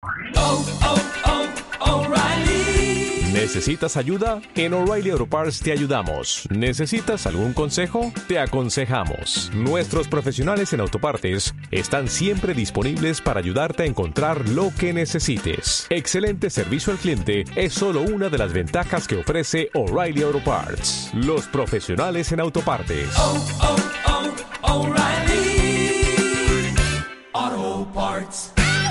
O'Reilly. ¿Necesitas ayuda? En O'Reilly Auto Parts te ayudamos. ¿Necesitas algún consejo? Te aconsejamos. Nuestros profesionales en autopartes están siempre disponibles para ayudarte a encontrar lo que necesites. Excelente servicio al cliente es solo una de las ventajas que ofrece O'Reilly Auto Parts. Los profesionales en autopartes. O'Reilly Auto Parts.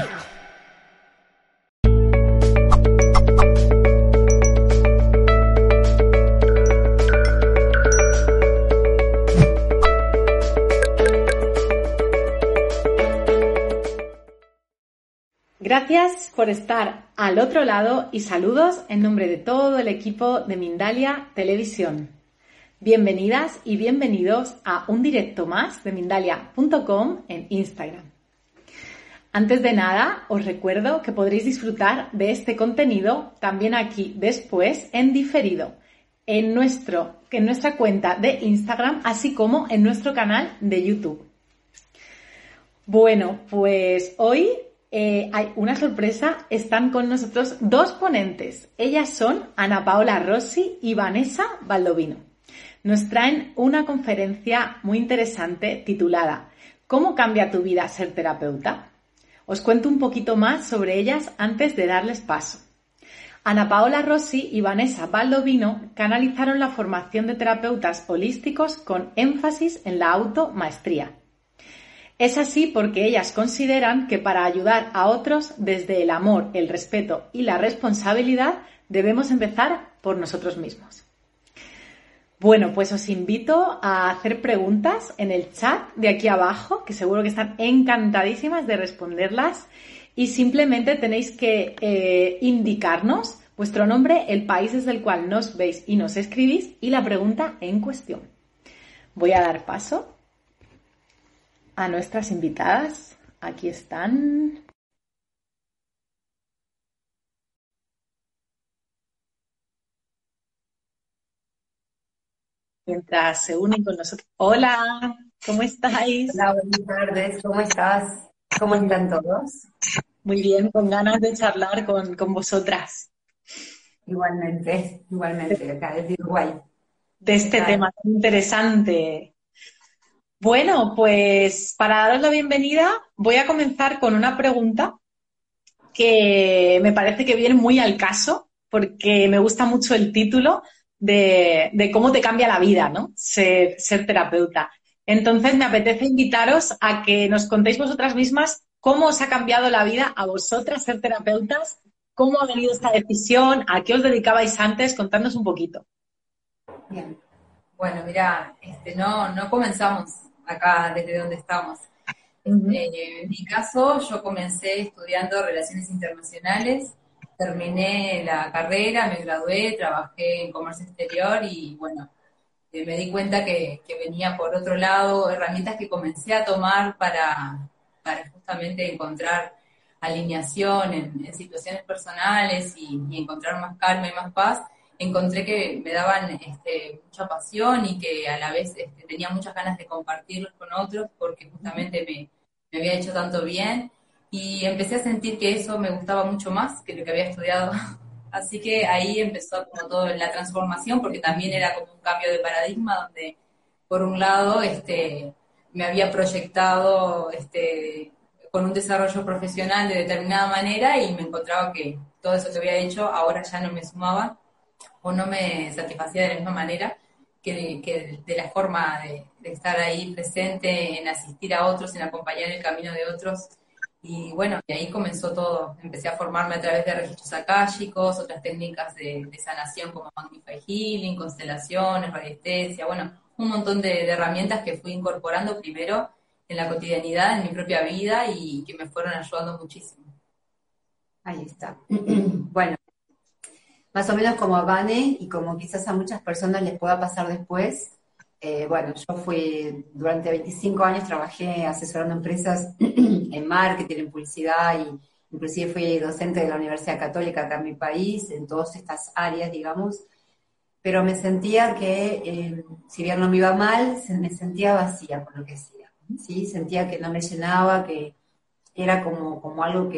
Gracias por estar al otro lado y saludos en nombre de todo el equipo de Mindalia Televisión. Bienvenidas y bienvenidos a un directo más de Mindalia.com en Instagram. Antes de nada, os recuerdo que podréis disfrutar de este contenido también aquí después en diferido en nuestra cuenta de Instagram, así como en nuestro canal de YouTube. Bueno, pues hoy hay una sorpresa, están con nosotros dos ponentes. Ellas son Ana Paola Rossi y Vanessa Baldovino. Nos traen una conferencia muy interesante titulada ¿Cómo cambia tu vida ser terapeuta? Os cuento un poquito más sobre ellas antes de darles paso. Ana Paola Rossi y Vanessa Baldovino canalizaron la formación de terapeutas holísticos con énfasis en la automaestría. Es así porque ellas consideran que para ayudar a otros desde el amor, el respeto y la responsabilidad debemos empezar por nosotros mismos. Bueno, pues os invito a hacer preguntas en el chat de aquí abajo, que seguro que están encantadísimas de responderlas, y simplemente tenéis que indicarnos vuestro nombre, el país desde el cual nos veis y nos escribís y la pregunta en cuestión. Voy a dar paso a nuestras invitadas. Aquí están. Mientras se unen con nosotros. Hola, ¿cómo estáis? Hola, buenas tardes, ¿cómo estás? ¿Cómo están todos? Muy bien, con ganas de charlar con vosotras Igualmente, acá desde Uruguay. de este ¿Qué tal? tema tan interesante. Bueno, pues para daros la bienvenida voy a comenzar con una pregunta que me parece que viene muy al caso, porque me gusta mucho el título de cómo te cambia la vida, ¿no? Ser terapeuta. Entonces me apetece invitaros a que nos contéis vosotras mismas cómo os ha cambiado la vida a vosotras ser terapeutas, cómo ha venido esta decisión, a qué os dedicabais antes, contadnos un poquito. Bien. Bueno, mira, no comenzamos acá desde donde estamos. En mi caso, yo comencé estudiando Relaciones Internacionales, terminé la carrera, me gradué, trabajé en comercio exterior y bueno, me di cuenta que venía por otro lado herramientas que comencé a tomar para justamente encontrar alineación en situaciones personales y encontrar más calma y más paz. Encontré que me daban mucha pasión y que a la vez tenía muchas ganas de compartirlos con otros porque justamente me había hecho tanto bien y empecé a sentir que eso me gustaba mucho más que lo que había estudiado. Así que ahí empezó como todo la transformación porque también era como un cambio de paradigma donde por un lado me había proyectado con un desarrollo profesional de determinada manera y me encontraba que todo eso que había hecho ahora ya no me sumaba o no me satisfacía de la misma manera que de la forma de estar ahí presente, en asistir a otros, en acompañar el camino de otros. Y bueno, y ahí comenzó todo. Empecé a formarme a través de registros akáshicos, otras técnicas de sanación como Magnify Healing, constelaciones, radiestesia, bueno, un montón de herramientas que fui incorporando primero en la cotidianidad, en mi propia vida y que me fueron ayudando muchísimo. Ahí está. Bueno, más o menos como a Vane y como quizás a muchas personas les pueda pasar después. Bueno, yo fui durante 25 años, trabajé asesorando empresas en marketing, en publicidad y inclusive fui docente de la Universidad Católica acá en mi país, en todas estas áreas, digamos. Pero me sentía que, si bien no me iba mal, me sentía vacía con lo que hacía, ¿sí? Sentía que no me llenaba, que era como algo que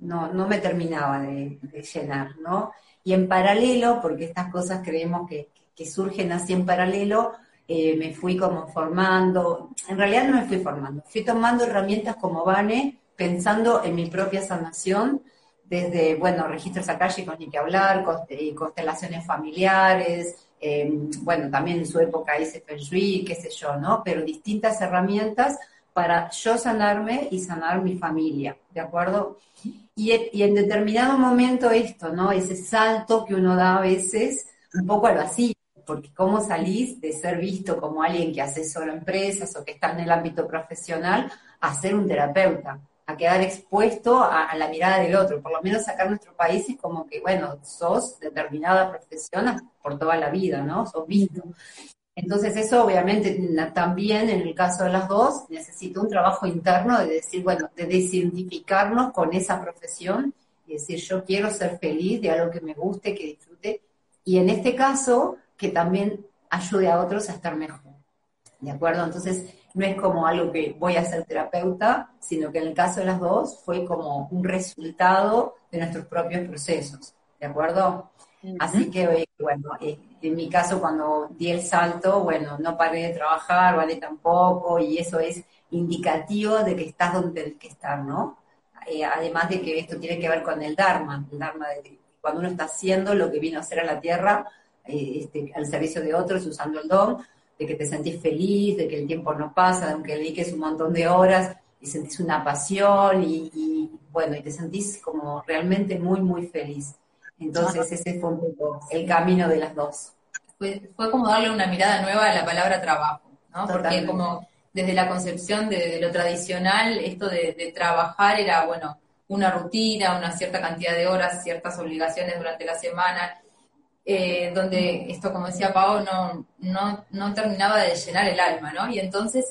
no me terminaba de llenar, ¿no? Y en paralelo, porque estas cosas creemos que surgen así en paralelo, me fui como formando, en realidad no me fui formando, fui tomando herramientas como Vane, pensando en mi propia sanación, desde, bueno, registros akáshicos ni que hablar, constelaciones familiares, bueno, también en su época hice Feng Shui, qué sé yo, ¿no? Pero distintas herramientas para yo sanarme y sanar mi familia, ¿de acuerdo? Y en determinado momento esto, ¿no? Ese salto que uno da a veces, un poco al vacío, porque cómo salís de ser visto como alguien que asesora empresas o que está en el ámbito profesional a ser un terapeuta, a quedar expuesto a la mirada del otro. Por lo menos acá en nuestro país es como que, bueno, sos determinada profesión por toda la vida, ¿no? Sos visto. Entonces eso obviamente también en el caso de las dos necesita un trabajo interno de decir, bueno, de desidentificarnos con esa profesión y decir yo quiero ser feliz de algo que me guste, que disfrute y en este caso que también ayude a otros a estar mejor, ¿de acuerdo? Entonces no es como algo que voy a ser terapeuta, sino que en el caso de las dos fue como un resultado de nuestros propios procesos, ¿de acuerdo? Así que, bueno, en mi caso cuando di el salto, bueno, no paré de trabajar, Vale tampoco, y eso es indicativo de que estás donde tenés que estar, ¿no? Además de que esto tiene que ver con el Dharma de que cuando uno está haciendo lo que vino a hacer a la Tierra, al servicio de otros, usando el don, de que te sentís feliz, de que el tiempo no pasa, aunque dediques un montón de horas y sentís una pasión bueno, y te sentís como realmente muy, muy feliz. Entonces ese fue un poco el camino de las dos. Fue como darle una mirada nueva a la palabra trabajo, ¿no? Totalmente. Porque como desde la concepción de lo tradicional, esto de trabajar era, bueno, una rutina, una cierta cantidad de horas, ciertas obligaciones durante la semana, donde esto, como decía Pau, no terminaba de llenar el alma, ¿no? Y entonces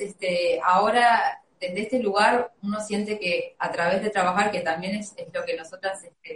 ahora, desde este lugar, uno siente que a través de trabajar, que también es lo que nosotras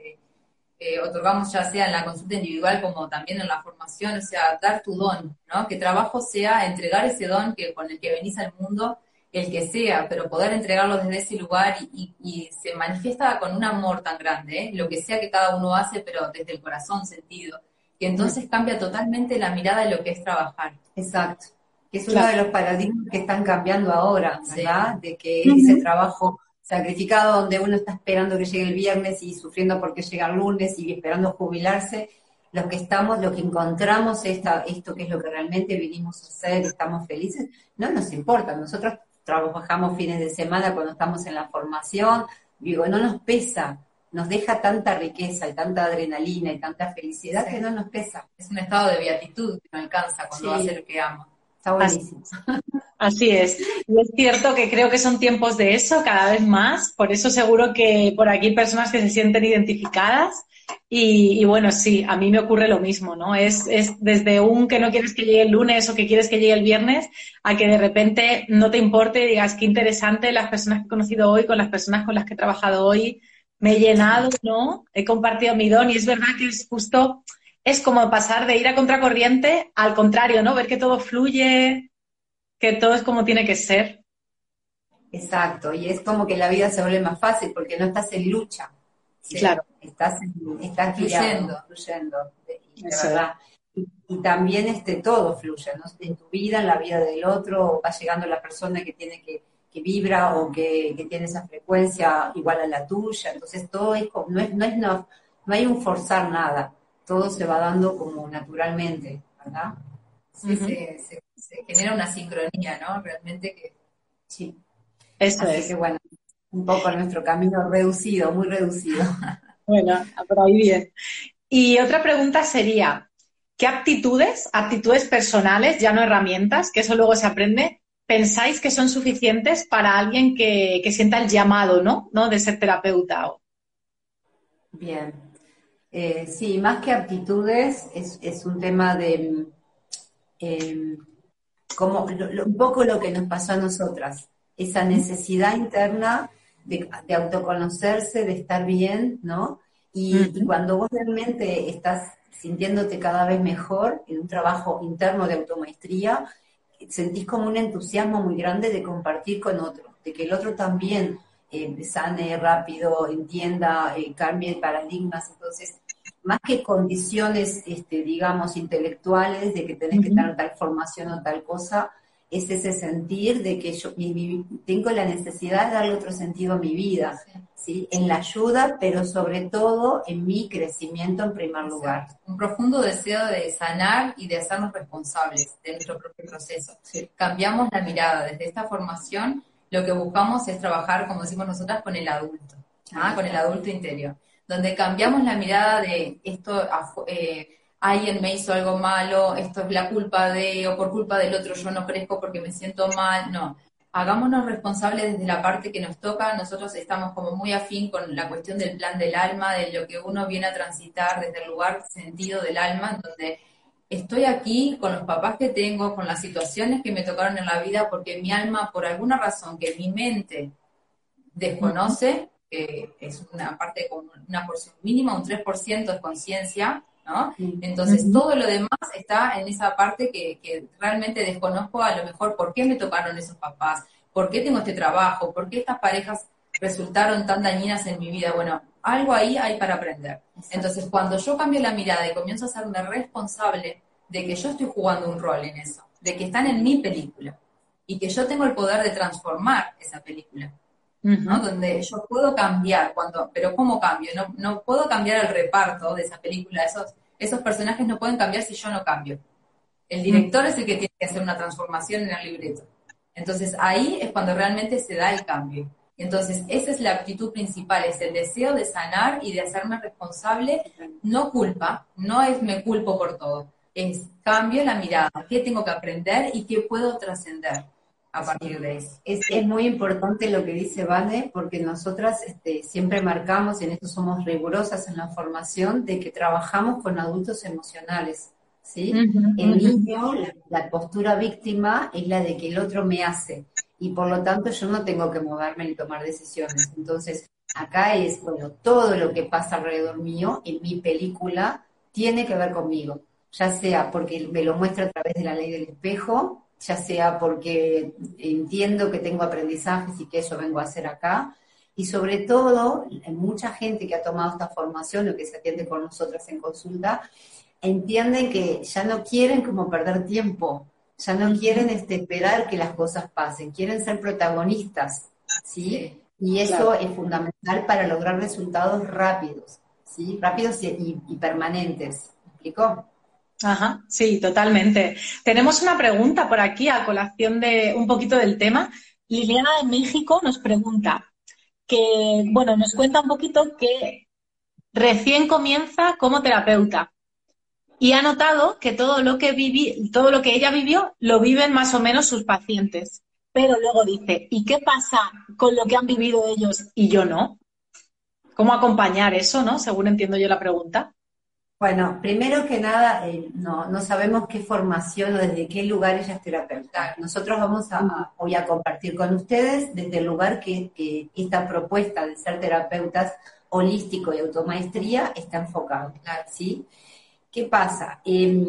otorgamos ya sea en la consulta individual como también en la formación, o sea, dar tu don, ¿no? Que trabajo sea entregar ese don con el que venís al mundo, el que sea, pero poder entregarlo desde ese lugar y se manifiesta con un amor tan grande, ¿eh? Lo que sea que cada uno hace, pero desde el corazón sentido, que entonces cambia totalmente la mirada de lo que es trabajar. Exacto. Que es Claro. uno de los paradigmas que están cambiando ahora, ¿verdad? Sí. De que ese trabajo sacrificado donde uno está esperando que llegue el viernes y sufriendo porque llega el lunes y esperando jubilarse, lo que encontramos esto que es lo que realmente vinimos a hacer, estamos felices, no nos importa. Nosotros trabajamos fines de semana cuando estamos en la formación, digo, no nos pesa, nos deja tanta riqueza y tanta adrenalina y tanta felicidad que no nos pesa. Es un estado de beatitud que no alcanza cuando Sí. hace lo que ama. Está buenísimo. Así es. Y es cierto que creo que son tiempos de eso cada vez más. Por eso seguro que por aquí hay personas que se sienten identificadas. Y bueno, sí, a mí me ocurre lo mismo, ¿no? Es desde un que no quieres que llegue el lunes o que quieres que llegue el viernes a que de repente no te importe y digas qué interesante las personas que he conocido hoy con las personas con las que he trabajado hoy. Me he llenado, ¿no? He compartido mi don y es verdad que es justo... Es como pasar de ir a contracorriente al contrario, ¿no? Ver que todo fluye, que todo es como tiene que ser. Exacto, y es como que la vida se vuelve más fácil porque no estás en lucha. Sí. Claro. Estás Fluyendo. fluyendo, de Eso verdad. Y también todo fluye, ¿no? En tu vida, en la vida del otro, va llegando la persona que tiene que vibra o que tiene esa frecuencia igual a la tuya. Entonces todo es como, no hay un forzar nada, todo se va dando como naturalmente, ¿verdad? Sí, se genera una sincronía, ¿no? Realmente que... Sí. Eso Así es. que bueno, un poco nuestro camino reducido, muy reducido. Bueno, por ahí bien. Y otra pregunta sería, ¿qué aptitudes personales, ya no herramientas, que eso luego se aprende, pensáis que son suficientes para alguien que sienta el llamado, ¿no? De ser terapeuta? Bien. Sí, más que aptitudes, es un tema de como un poco lo que nos pasó a nosotras, esa necesidad interna de autoconocerse, de estar bien, ¿no? Y cuando vos realmente estás sintiéndote cada vez mejor en un trabajo interno de automaestría, sentís como un entusiasmo muy grande de compartir con otro, de que el otro también sane rápido, entienda, cambie paradigmas. Entonces, más que condiciones, digamos, intelectuales de que tenés que tener tal formación o tal cosa, es ese sentir de que yo tengo la necesidad de darle otro sentido a mi vida, ¿sí? En la ayuda, pero sobre todo en mi crecimiento en primer lugar. Un profundo deseo de sanar y de hacernos responsables de nuestro propio proceso. Sí. Cambiamos la mirada. Desde esta formación, lo que buscamos es trabajar, como decimos nosotras, con el adulto, con el adulto interior, donde cambiamos la mirada de esto, alguien me hizo algo malo, esto es la culpa de, o por culpa del otro yo no crezco porque me siento mal. No, hagámonos responsables desde la parte que nos toca. Nosotros estamos como muy afín con la cuestión del plan del alma, de lo que uno viene a transitar desde el lugar sentido del alma, en donde estoy aquí con los papás que tengo, con las situaciones que me tocaron en la vida, porque mi alma, por alguna razón que mi mente desconoce, que es una parte como una porción mínima, un 3% es conciencia, ¿no? Entonces todo lo demás está en esa parte que realmente desconozco, a lo mejor por qué me tocaron esos papás, por qué tengo este trabajo, por qué estas parejas resultaron tan dañinas en mi vida. Bueno, algo ahí hay para aprender. Entonces cuando yo cambio la mirada y comienzo a hacerme responsable de que yo estoy jugando un rol en eso, de que están en mi película y que yo tengo el poder de transformar esa película, ¿no? Donde yo puedo cambiar, pero ¿cómo cambio? No puedo cambiar el reparto de esa película, esos personajes no pueden cambiar si yo no cambio. El director es el que tiene que hacer una transformación en el libreto. Entonces ahí es cuando realmente se da el cambio. Entonces esa es la actitud principal, es el deseo de sanar y de hacerme responsable, no culpa, no es me culpo por todo, es cambio la mirada, qué tengo que aprender y qué puedo trascender a partir de eso. Es muy importante lo que dice Vane, porque nosotras siempre marcamos, y en esto somos rigurosas en la formación, de que trabajamos con adultos emocionales, ¿sí? El niño, la postura víctima es la de que el otro me hace, y por lo tanto yo no tengo que moverme ni tomar decisiones. Entonces, acá es, bueno, todo lo que pasa alrededor mío, en mi película, tiene que ver conmigo, ya sea porque me lo muestra a través de la ley del espejo, ya sea porque entiendo que tengo aprendizajes y que eso vengo a hacer acá, y sobre todo, mucha gente que ha tomado esta formación o que se atiende con nosotras en consulta, entienden que ya no quieren como perder tiempo, ya no quieren esperar que las cosas pasen, quieren ser protagonistas, ¿sí? Y eso es fundamental para lograr resultados rápidos, ¿sí? Rápidos y permanentes. ¿Me explicó? Ajá, sí, totalmente. Tenemos una pregunta por aquí a colación de un poquito del tema. Liliana de México nos pregunta que, bueno, nos cuenta un poquito que recién comienza como terapeuta y ha notado que todo lo que ella vivió lo viven más o menos sus pacientes. Pero luego dice, ¿y qué pasa con lo que han vivido ellos y yo no? ¿Cómo acompañar eso, no? Según entiendo yo la pregunta. Bueno, primero que nada, no sabemos qué formación o desde qué lugar ella es terapeuta. Nosotros vamos hoy a compartir con ustedes desde el lugar que esta propuesta de ser terapeutas holístico y automaestría está enfocada, ¿sí? ¿Qué pasa?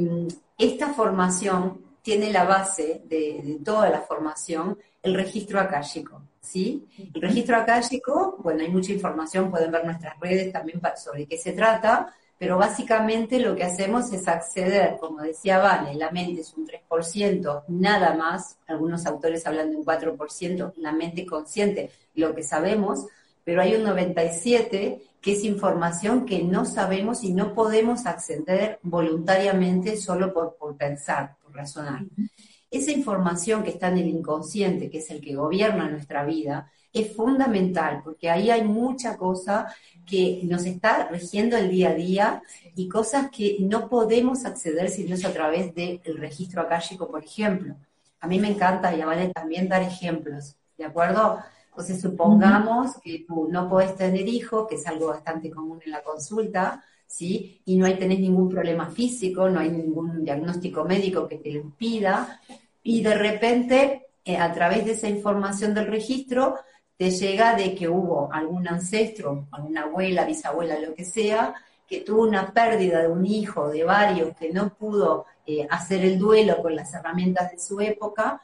Esta formación tiene la base de toda la formación, el registro akáshico, ¿sí? El registro akáshico, bueno, hay mucha información, pueden ver nuestras redes también sobre qué se trata, pero básicamente lo que hacemos es acceder, como decía Vane, la mente es un 3%, nada más, algunos autores hablan de un 4%, la mente consciente, lo que sabemos, pero hay un 97% que es información que no sabemos y no podemos acceder voluntariamente solo por pensar, por razonar. Esa información que está en el inconsciente, que es el que gobierna nuestra vida, es fundamental, porque ahí hay mucha cosa que nos está regiendo el día a día y cosas que no podemos acceder si no es a través del registro akáshico, por ejemplo. A mí me encanta, y a Vale también, dar ejemplos, ¿de acuerdo? Entonces supongamos que tú no podés tener hijos, que es algo bastante común en la consulta, ¿sí? Y tenés ningún problema físico, no hay ningún diagnóstico médico que te lo impida, y de repente, a través de esa información del registro, te llega de que hubo algún ancestro, alguna abuela, bisabuela, lo que sea, que tuvo una pérdida de un hijo, de varios, que no pudo hacer el duelo con las herramientas de su época,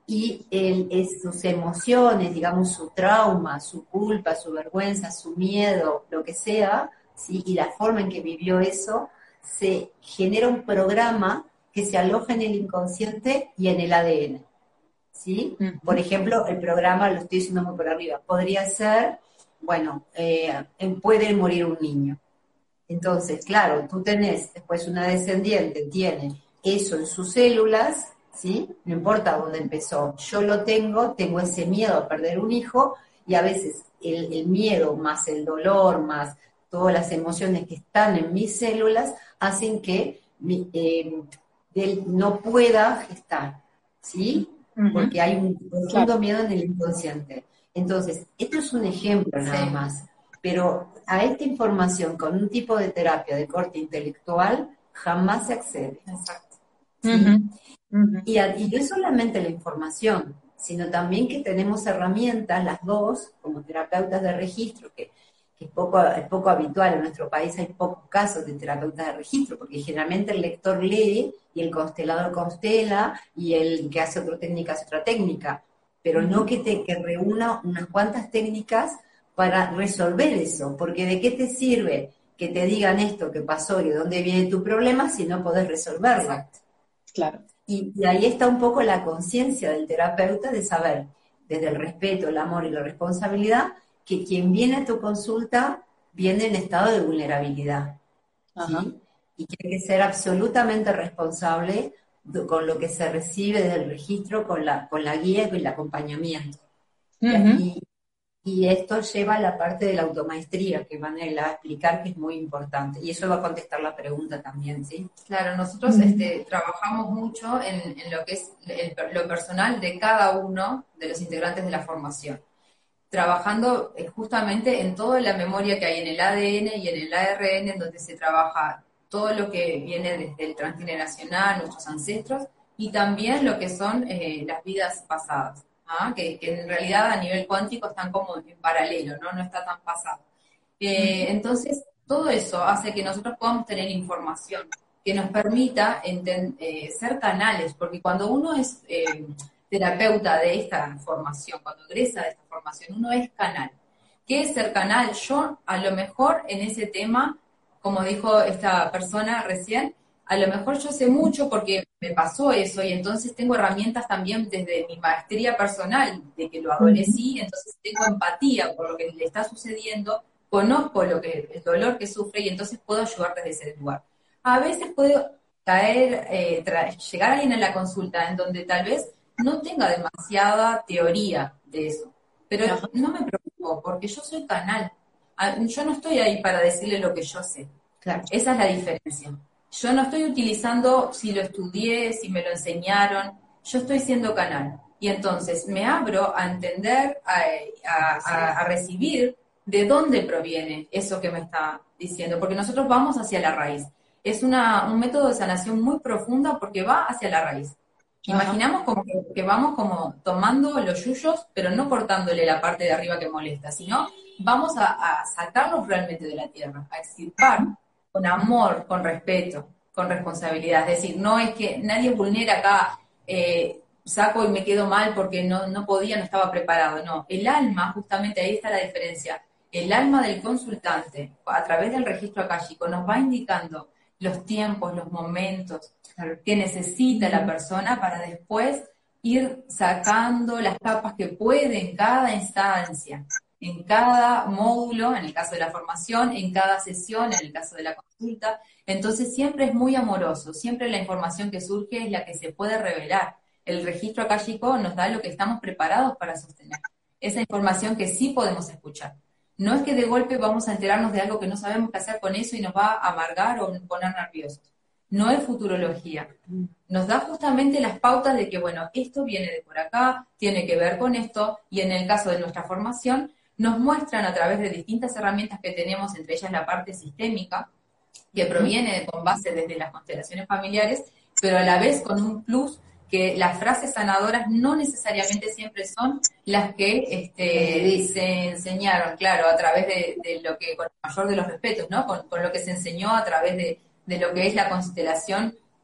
y sus emociones, digamos, su trauma, su culpa, su vergüenza, su miedo, lo que sea, ¿sí? Y la forma en que vivió eso, se genera un programa que se aloja en el inconsciente y en el ADN, ¿sí? Por ejemplo, el programa, lo estoy diciendo muy por arriba, podría ser, bueno, puede morir un niño. Entonces, claro, tú tenés, después una descendiente tiene eso en sus células, ¿sí? No importa dónde empezó, yo lo tengo ese miedo a perder un hijo, y a veces el miedo más el dolor, más todas las emociones que están en mis células, hacen que él no pueda gestar, ¿sí? Porque hay un profundo miedo en el inconsciente. Entonces, esto es un ejemplo nada más, pero a esta información con un tipo de terapia de corte intelectual jamás se accede. Exacto. ¿Sí? Y no es solamente la información, sino también que tenemos herramientas, las dos, como terapeutas de registro, que es poco habitual en nuestro país, hay pocos casos de terapeutas de registro, porque generalmente el lector lee y el constelador constela y el que hace otra técnica hace otra técnica, pero no que reúna unas cuantas técnicas para resolver eso, porque ¿de qué te sirve que te digan esto que pasó y de dónde viene tu problema si no podés resolverlo? Exacto. Claro. Y ahí está un poco la conciencia del terapeuta de saber, desde el respeto, el amor y la responsabilidad, que quien viene a tu consulta viene en estado de vulnerabilidad, ¿sí? Y que hay que ser absolutamente responsable con lo que se recibe desde el registro, con la guía y con el acompañamiento. Y esto lleva a la parte de la automaestría, que Vanela va a explicar, que es muy importante. Y eso va a contestar la pregunta también, ¿sí? Claro, nosotros trabajamos mucho en lo que es lo personal de cada uno de los integrantes de la formación, trabajando justamente en toda la memoria que hay en el ADN y en el ARN, en donde se trabaja todo lo que viene desde el transgeneracional, nuestros ancestros, y también lo que son las vidas pasadas, ¿ah? Que en realidad a nivel cuántico están como en paralelo, ¿no? No está tan pasado. Entonces, todo eso hace que nosotros podamos tener información que nos permita ser canales, porque cuando uno es terapeuta de esta formación, cuando egresa de esta formación, uno es canal. ¿Qué es ser canal? Yo, a lo mejor en ese tema, como dijo esta persona recién, a lo mejor yo sé mucho porque me pasó eso y entonces tengo herramientas también desde mi maestría personal, de que lo adolecí, entonces tengo empatía por lo que le está sucediendo, conozco el dolor que sufre y entonces puedo ayudar desde ese lugar. A veces puedo llegar alguien a la consulta en donde tal vez no tenga demasiada teoría de eso, pero no me preocupo porque yo soy canal. Yo no estoy ahí para decirle lo que yo sé. Claro. Esa es la diferencia. Yo no estoy utilizando si lo estudié, si me lo enseñaron, yo estoy siendo canal. Y entonces me abro a entender, a recibir de dónde proviene eso que me está diciendo, porque nosotros vamos hacia la raíz. Es un método de sanación muy profunda porque va hacia la raíz. Imaginamos como que vamos como tomando los yuyos, pero no cortándole la parte de arriba que molesta, sino vamos a sacarlos realmente de la tierra, a extirpar con amor, con respeto, con responsabilidad. Es decir, no es que nadie vulnera acá, saco y me quedo mal porque no podía, no estaba preparado. No, el alma, justamente ahí está la diferencia. El alma del consultante, a través del registro akáshico, nos va indicando los tiempos, los momentos que necesita la persona para después ir sacando las capas que puede en cada instancia, en cada módulo, en el caso de la formación, en cada sesión, en el caso de la consulta. Entonces siempre es muy amoroso, siempre la información que surge es la que se puede revelar. El registro akáshico nos da lo que estamos preparados para sostener, esa información que sí podemos escuchar. No es que de golpe vamos a enterarnos de algo que no sabemos qué hacer con eso y nos va a amargar o poner nerviosos. No es futurología. Nos da justamente las pautas de que, bueno, esto viene de por acá, tiene que ver con esto, y en el caso de nuestra formación, nos muestran a través de distintas herramientas que tenemos, entre ellas la parte sistémica, que proviene con base desde las constelaciones familiares, pero a la vez con un plus que las frases sanadoras no necesariamente siempre son las que se enseñaron, claro, a través de lo que, con el mayor de los respetos, ¿no? Con lo que se enseñó a través de lo que es la constelación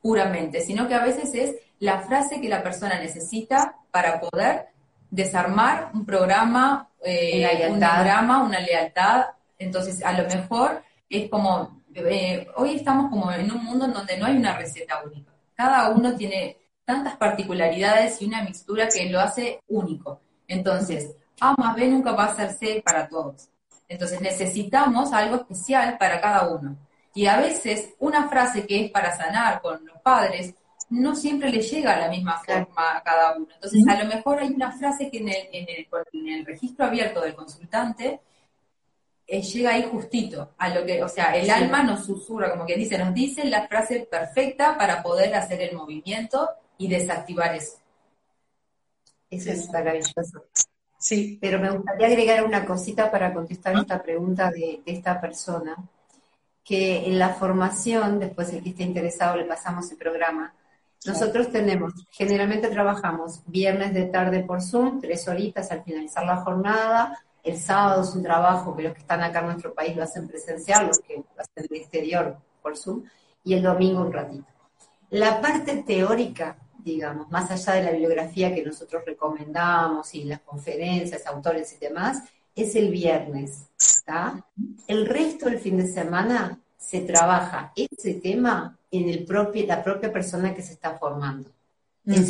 puramente, sino que a veces es la frase que la persona necesita para poder desarmar un programa, un drama, una lealtad. Entonces, a lo mejor es como, hoy estamos como en un mundo en donde no hay una receta única. Cada uno tiene tantas particularidades y una mixtura que lo hace único. Entonces, A más B nunca va a ser C para todos. Entonces, necesitamos algo especial para cada uno. Y a veces, una frase que es para sanar con los padres, no siempre le llega a la misma forma a cada uno. Entonces, a lo mejor hay una frase que en el registro abierto del consultante llega ahí justito a lo que, o sea, el alma nos susurra, como quien dice, nos dice la frase perfecta para poder hacer el movimiento y desactivar eso. Eso es maravilloso. Sí. Pero me gustaría agregar una cosita para contestar esta pregunta de esta persona, que en la formación, después el que esté interesado le pasamos el programa. Nosotros generalmente trabajamos viernes de tarde por Zoom, 3 horitas al finalizar la jornada. El sábado es un trabajo que los que están acá en nuestro país lo hacen presencial, los que lo hacen del exterior por Zoom, y el domingo un ratito. La parte teórica, digamos, más allá de la bibliografía que nosotros recomendamos y las conferencias, autores y demás, es el viernes, ¿está? El resto del fin de semana se trabaja ese tema en la propia persona que se está formando, en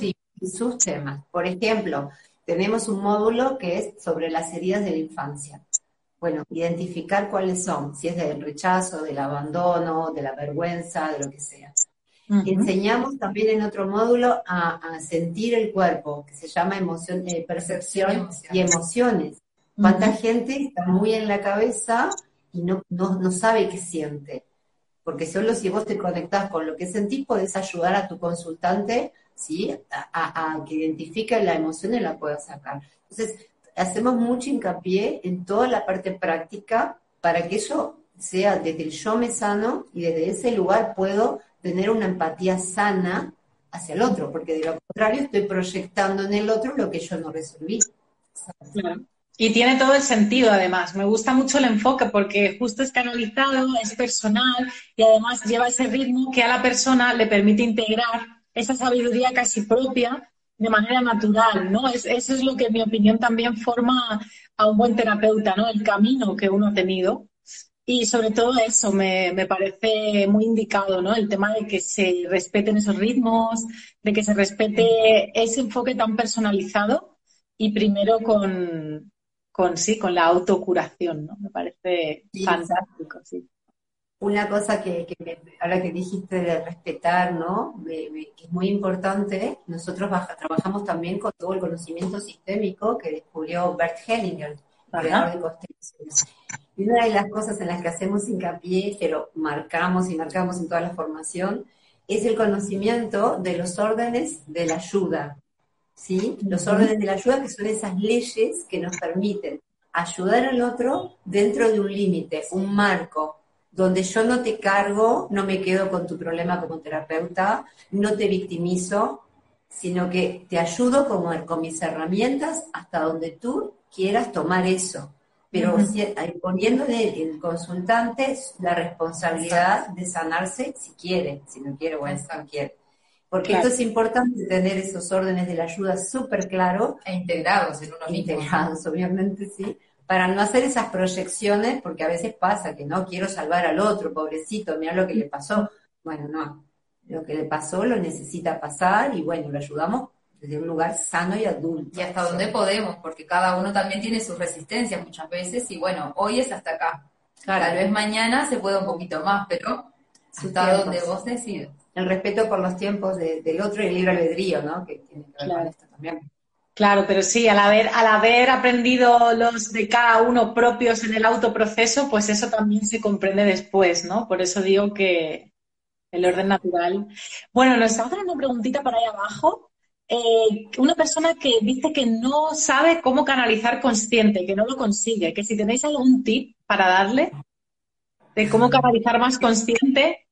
sus temas. Por ejemplo, tenemos un módulo que es sobre las heridas de la infancia. Bueno, identificar cuáles son, si es del rechazo, del abandono, de la vergüenza, de lo que sea. Enseñamos también en otro módulo a sentir el cuerpo, que se llama percepción y emociones. ¿Cuánta gente está muy en la cabeza y no sabe qué siente? Porque solo si vos te conectás con lo que sentís, podés ayudar a tu consultante, ¿sí? a que identifique la emoción y la pueda sacar. Entonces, hacemos mucho hincapié en toda la parte práctica para que eso sea desde el yo me sano y desde ese lugar puedo tener una empatía sana hacia el otro, porque de lo contrario estoy proyectando en el otro lo que yo no resolví. Claro. Y tiene todo el sentido, además. Me gusta mucho el enfoque porque justo es canalizado, es personal y además lleva ese ritmo que a la persona le permite integrar esa sabiduría casi propia de manera natural, ¿no? Eso es lo que, en mi opinión, también forma a un buen terapeuta, ¿no? El camino que uno ha tenido. Y sobre todo eso, me parece muy indicado, ¿no? El tema de que se respeten esos ritmos, de que se respete ese enfoque tan personalizado y primero con la autocuración, ¿no? Me parece fantástico, sí. Una cosa ahora que dijiste de respetar, ¿no? Que es muy importante, nosotros trabajamos también con todo el conocimiento sistémico que descubrió Bert Hellinger, creador de constelaciones. Y una de las cosas en las que hacemos hincapié, pero marcamos en toda la formación, es el conocimiento de los órdenes de la ayuda, ¿sí? Los órdenes de la ayuda, que son esas leyes que nos permiten ayudar al otro dentro de un límite, un marco, donde yo no te cargo, no me quedo con tu problema como terapeuta, no te victimizo, sino que te ayudo con mis herramientas hasta donde tú quieras tomar eso. Pero poniéndole el consultante la responsabilidad de sanarse si quiere, si no quiere, bueno, no quiere. Porque esto es importante, tener esos órdenes de la ayuda súper claros. E integrados en uno mismo. Integrados, obviamente, sí. Para no hacer esas proyecciones, porque a veces pasa que no quiero salvar al otro, pobrecito, mira lo que le pasó. Bueno, no. Lo que le pasó lo necesita pasar y bueno, lo ayudamos desde un lugar sano y adulto. Y hasta donde podemos, porque cada uno también tiene sus resistencias muchas veces y bueno, hoy es hasta acá. Claro. Tal vez mañana se pueda un poquito más, pero hasta donde vos decidas. El respeto por los tiempos del otro y el libre albedrío, ¿no? Que tiene que ver con esto también. Claro, pero sí, al haber aprendido los de cada uno propios en el autoproceso, pues eso también se comprende después, ¿no? Por eso digo que el orden natural. Bueno, nos estamos haciendo una preguntita para ahí abajo. Una persona que dice que no sabe cómo canalizar consciente, que no lo consigue, que si tenéis algún tip para darle de cómo canalizar más consciente.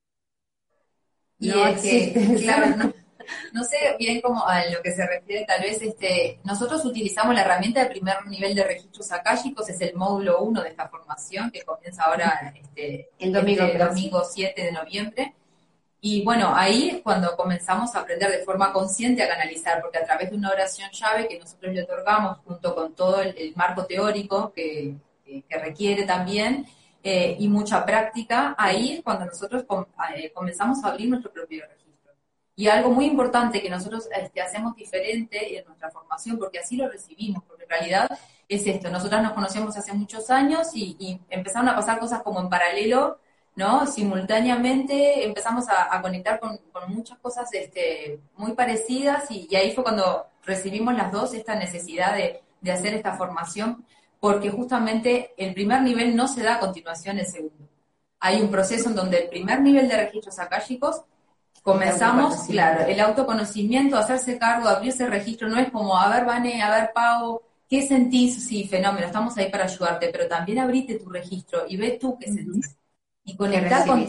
Y no, es que, claro, no sé bien cómo a lo que se refiere, tal vez nosotros utilizamos la herramienta de primer nivel de registros akáshicos, es el módulo 1 de esta formación que comienza ahora el domingo 7 de noviembre. Y bueno, ahí es cuando comenzamos a aprender de forma consciente a canalizar, porque a través de una oración llave que nosotros le otorgamos junto con todo el marco teórico que requiere también, y mucha práctica, ahí es cuando nosotros comenzamos a abrir nuestro propio registro. Y algo muy importante que nosotros hacemos diferente en nuestra formación, porque así lo recibimos, porque en realidad es esto, nosotras nos conocemos hace muchos años y empezaron a pasar cosas como en paralelo, ¿no? Simultáneamente empezamos a conectar con muchas cosas muy parecidas y ahí fue cuando recibimos las dos esta necesidad de hacer esta formación, porque justamente el primer nivel no se da a continuación del segundo. Hay un proceso en donde el primer nivel de registros akáshicos comenzamos, claro, el autoconocimiento, hacerse cargo, abrirse registro, no es como, a ver, Vane, a ver, Pau, ¿qué sentís? Sí, fenómeno, estamos ahí para ayudarte, pero también abrite tu registro y ve tú qué sentís. Y conectar con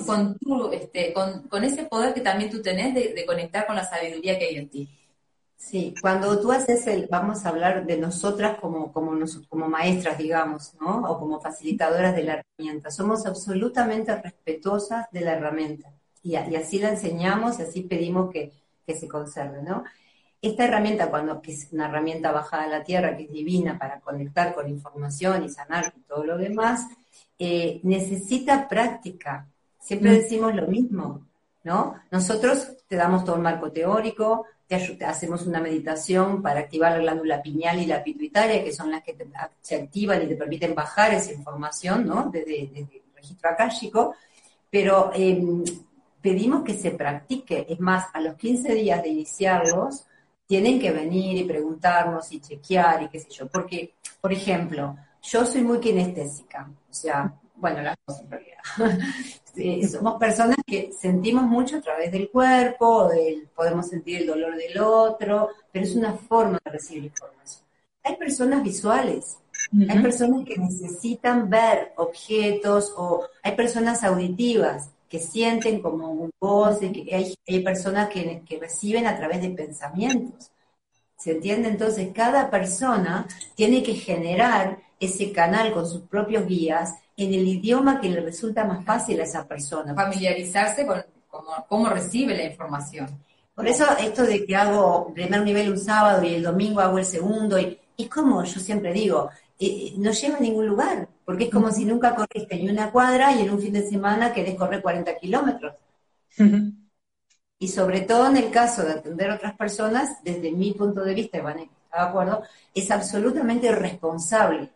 ese poder que también tú tenés de conectar con la sabiduría que hay en ti. Sí, cuando tú haces vamos a hablar de nosotras como maestras, digamos, ¿no? O como facilitadoras de la herramienta. Somos absolutamente respetuosas de la herramienta. Y así la enseñamos y así pedimos que se conserve, ¿no? Esta herramienta, que es una herramienta bajada a la tierra, que es divina para conectar con información y sanar y todo lo demás, necesita práctica. Siempre decimos lo mismo, ¿no? Nosotros te damos todo el marco teórico, te hacemos una meditación para activar la glándula pineal y la pituitaria, que son las que se activan y te permiten bajar esa información, ¿no? Desde el registro akáshico, pero pedimos que se practique. Es más, a los 15 días de iniciarlos, tienen que venir y preguntarnos y chequear y qué sé yo, porque, por ejemplo, yo soy muy kinestésica, o sea, bueno, las dos en realidad. Somos personas que sentimos mucho a través del cuerpo, podemos sentir el dolor del otro, pero es una forma de recibir información. Hay personas visuales, hay personas que necesitan ver objetos, o hay personas auditivas que sienten como voces, que hay personas que reciben a través de pensamientos. ¿Se entiende? Entonces, cada persona tiene que generar ese canal con sus propios guías en el idioma que le resulta más fácil a esa persona. Familiarizarse con cómo recibe la información. Por eso esto de que hago primer nivel un sábado y el domingo hago el segundo, y es como yo siempre digo, no lleva a ningún lugar, porque es como si nunca corriste ni una cuadra y en un fin de semana querés correr 40 kilómetros. Y sobre todo en el caso de atender a otras personas, desde mi punto de vista, y Vane está de acuerdo, es absolutamente irresponsable.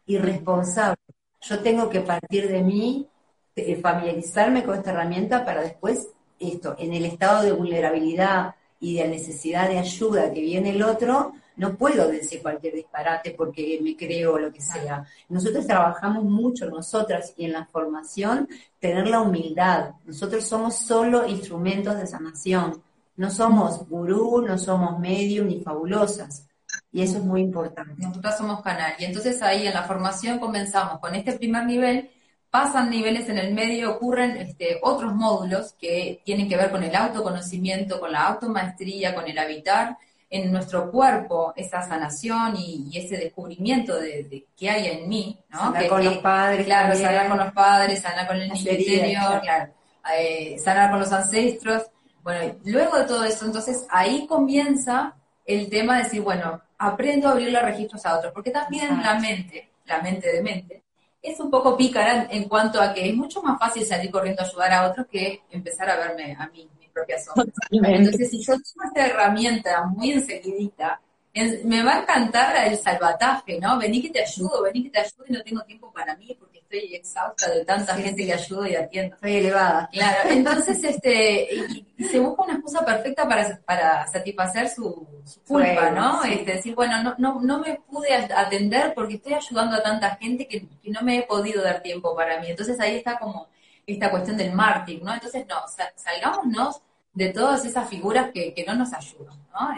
Yo tengo que partir de mí, familiarizarme con esta herramienta para después, en el estado de vulnerabilidad y de necesidad de ayuda que viene el otro, no puedo decir cualquier disparate porque me creo lo que sea. Nosotros trabajamos mucho, nosotras, y en la formación, tener la humildad. Nosotros somos solo instrumentos de sanación. No somos gurú, no somos medium ni fabulosas. Y eso es muy importante. Nosotras somos canal. Y entonces ahí en la formación comenzamos con este primer nivel, pasan niveles en el medio, ocurren otros módulos que tienen que ver con el autoconocimiento, con la automaestría, con el habitar en nuestro cuerpo esa sanación y ese descubrimiento de qué hay en mí, ¿no? Sanar con los padres. Claro, también. sanar con los padres, sanar con el niño interior, claro. Sanar con los ancestros. Bueno, luego de todo eso, entonces ahí comienza el tema de decir, bueno, aprendo a abrir los registros a otros, porque también la mente de mente, es un poco pícara en cuanto a que es mucho más fácil salir corriendo a ayudar a otros que empezar a verme a mí, mi propia sombra. Entonces, si yo tengo esta herramienta muy enseguidita, me va a encantar el salvataje, ¿no? Vení que te ayudo y no tengo tiempo para mí porque estoy exhausta de tanta gente que ayudo y atiendo. Estoy elevada. Claro, entonces y se busca una excusa perfecta para satisfacer su culpa, ¿no? Sí. Decir, bueno, no me pude atender porque estoy ayudando a tanta gente que no me he podido dar tiempo para mí. Entonces ahí está como esta cuestión del mártir, ¿no? Entonces, no, salgámonos de todas esas figuras que no nos ayudan, ¿no?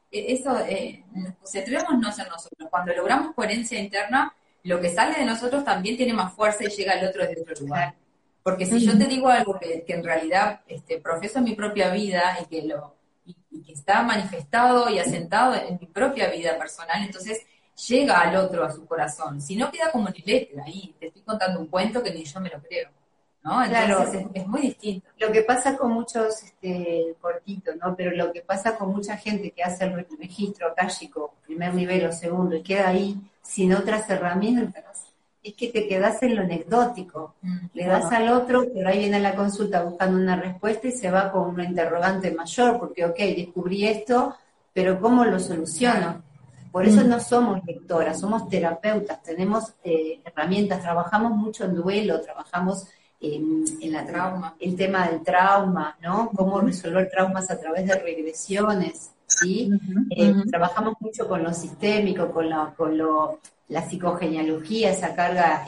Centrémonos en nosotros. Cuando logramos coherencia interna, lo que sale de nosotros también tiene más fuerza y llega al otro desde otro lugar. Porque si yo te digo algo que en realidad profeso en mi propia vida y que está manifestado y asentado en mi propia vida personal, entonces llega al otro, a su corazón. Si no, queda como en letra ahí, te estoy contando un cuento que ni yo me lo creo. ¿no? Claro. Entonces es muy distinto. Lo que pasa con muchos, cortito, ¿no? Pero lo que pasa con mucha gente que hace el registro akáshico, primer nivel o segundo, y queda ahí sin otras herramientas, es que te quedas en lo anecdótico. Le das al otro, pero ahí viene a la consulta buscando una respuesta y se va con una interrogante mayor, porque, ok, descubrí esto, pero ¿cómo lo soluciono? Por eso no somos lectoras, somos terapeutas, tenemos herramientas, trabajamos mucho en duelo, trabajamos en Trauma. el tema del trauma, ¿no? Cómo resolver traumas a través de regresiones, ¿sí? Trabajamos mucho con lo sistémico, con la psicogenealogía, esa carga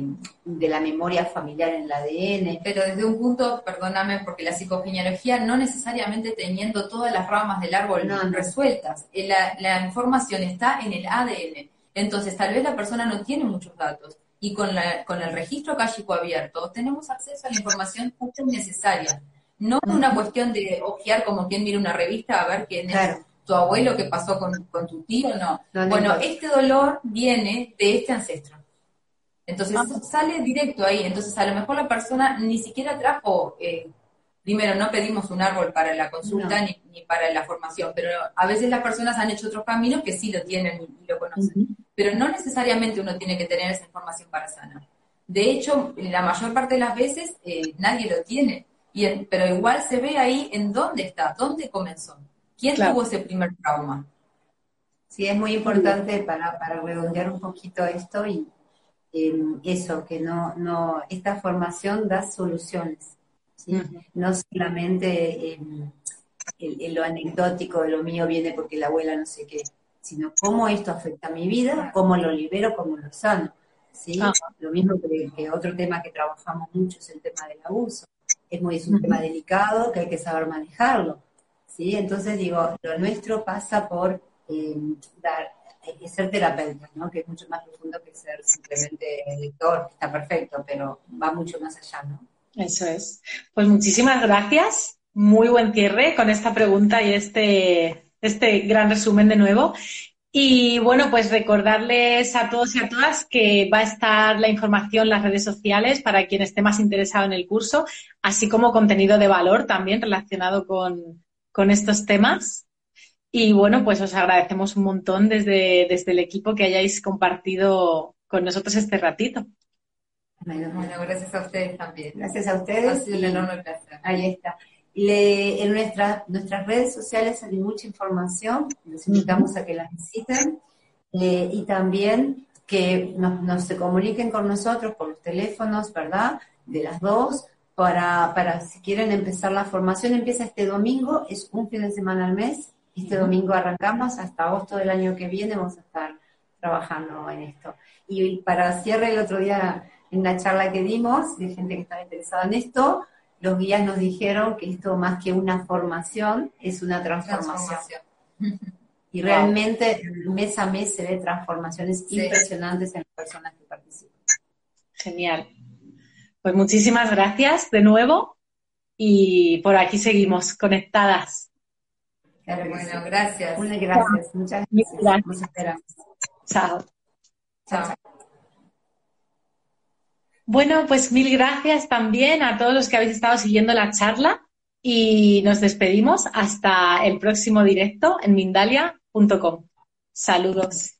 de la memoria familiar en el ADN. Pero desde un punto, perdóname, porque la psicogenealogía no necesariamente teniendo todas las ramas del árbol resueltas, la información está en el ADN. Entonces, tal vez la persona no tiene muchos datos. Y con el registro akáshico abierto tenemos acceso a la información justa y necesaria. No una cuestión de ojear como quien mira una revista a ver quién es tu abuelo, qué pasó con tu tío, no. Bueno, este dolor viene de este ancestro. Entonces sale directo ahí. Entonces a lo mejor la persona ni siquiera trajo, primero no pedimos un árbol para la consulta ni para la formación, pero a veces las personas han hecho otros caminos que sí lo tienen y lo conocen. Pero no necesariamente uno tiene que tener esa información para sanar. De hecho, la mayor parte de las veces nadie lo tiene, pero igual se ve ahí en dónde está, dónde comenzó, quién tuvo ese primer trauma. Sí, es muy importante para redondear un poquito esto y eso, que no esta formación da soluciones, ¿sí? No solamente en lo anecdótico de lo mío viene porque la abuela no sé qué, sino cómo esto afecta a mi vida, cómo lo libero, cómo lo sano, ¿sí? Lo mismo que otro tema que trabajamos mucho es el tema del abuso. Es un tema delicado que hay que saber manejarlo, ¿sí? Entonces digo, lo nuestro pasa por ser terapeuta, ¿no? Que es mucho más profundo que ser simplemente lector, que está perfecto, pero va mucho más allá, ¿no? Eso es. Pues muchísimas gracias. Muy buen cierre con esta pregunta y este gran resumen de nuevo. Y bueno, pues recordarles a todos y a todas que va a estar la información en las redes sociales para quien esté más interesado en el curso, así como contenido de valor también relacionado con estos temas. Y bueno, pues os agradecemos un montón desde el equipo que hayáis compartido con nosotros este ratito. Bueno, gracias a ustedes también. Gracias a ustedes. Ha sido un enorme placer. Ahí está. En nuestras redes sociales hay mucha información, los invitamos a que las visiten y también que se comuniquen con nosotros por los teléfonos, ¿verdad? De las dos, para si quieren empezar la formación. Empieza este domingo, es un fin de semana al mes. Este domingo arrancamos, hasta agosto del año que viene vamos a estar trabajando en esto. Y para cierre, el otro día en la charla que dimos, de gente que estaba interesada en esto, los guías nos dijeron que esto más que una formación es una transformación. Y realmente mes a mes se ve transformaciones impresionantes en las personas que participan. Genial. Pues muchísimas gracias de nuevo y por aquí seguimos conectadas. Claro, bueno, gracias. Muchas gracias. Muchas gracias. Nos esperamos. Chao. Chao. Bueno, pues mil gracias también a todos los que habéis estado siguiendo la charla y nos despedimos hasta el próximo directo en Mindalia.com. Saludos.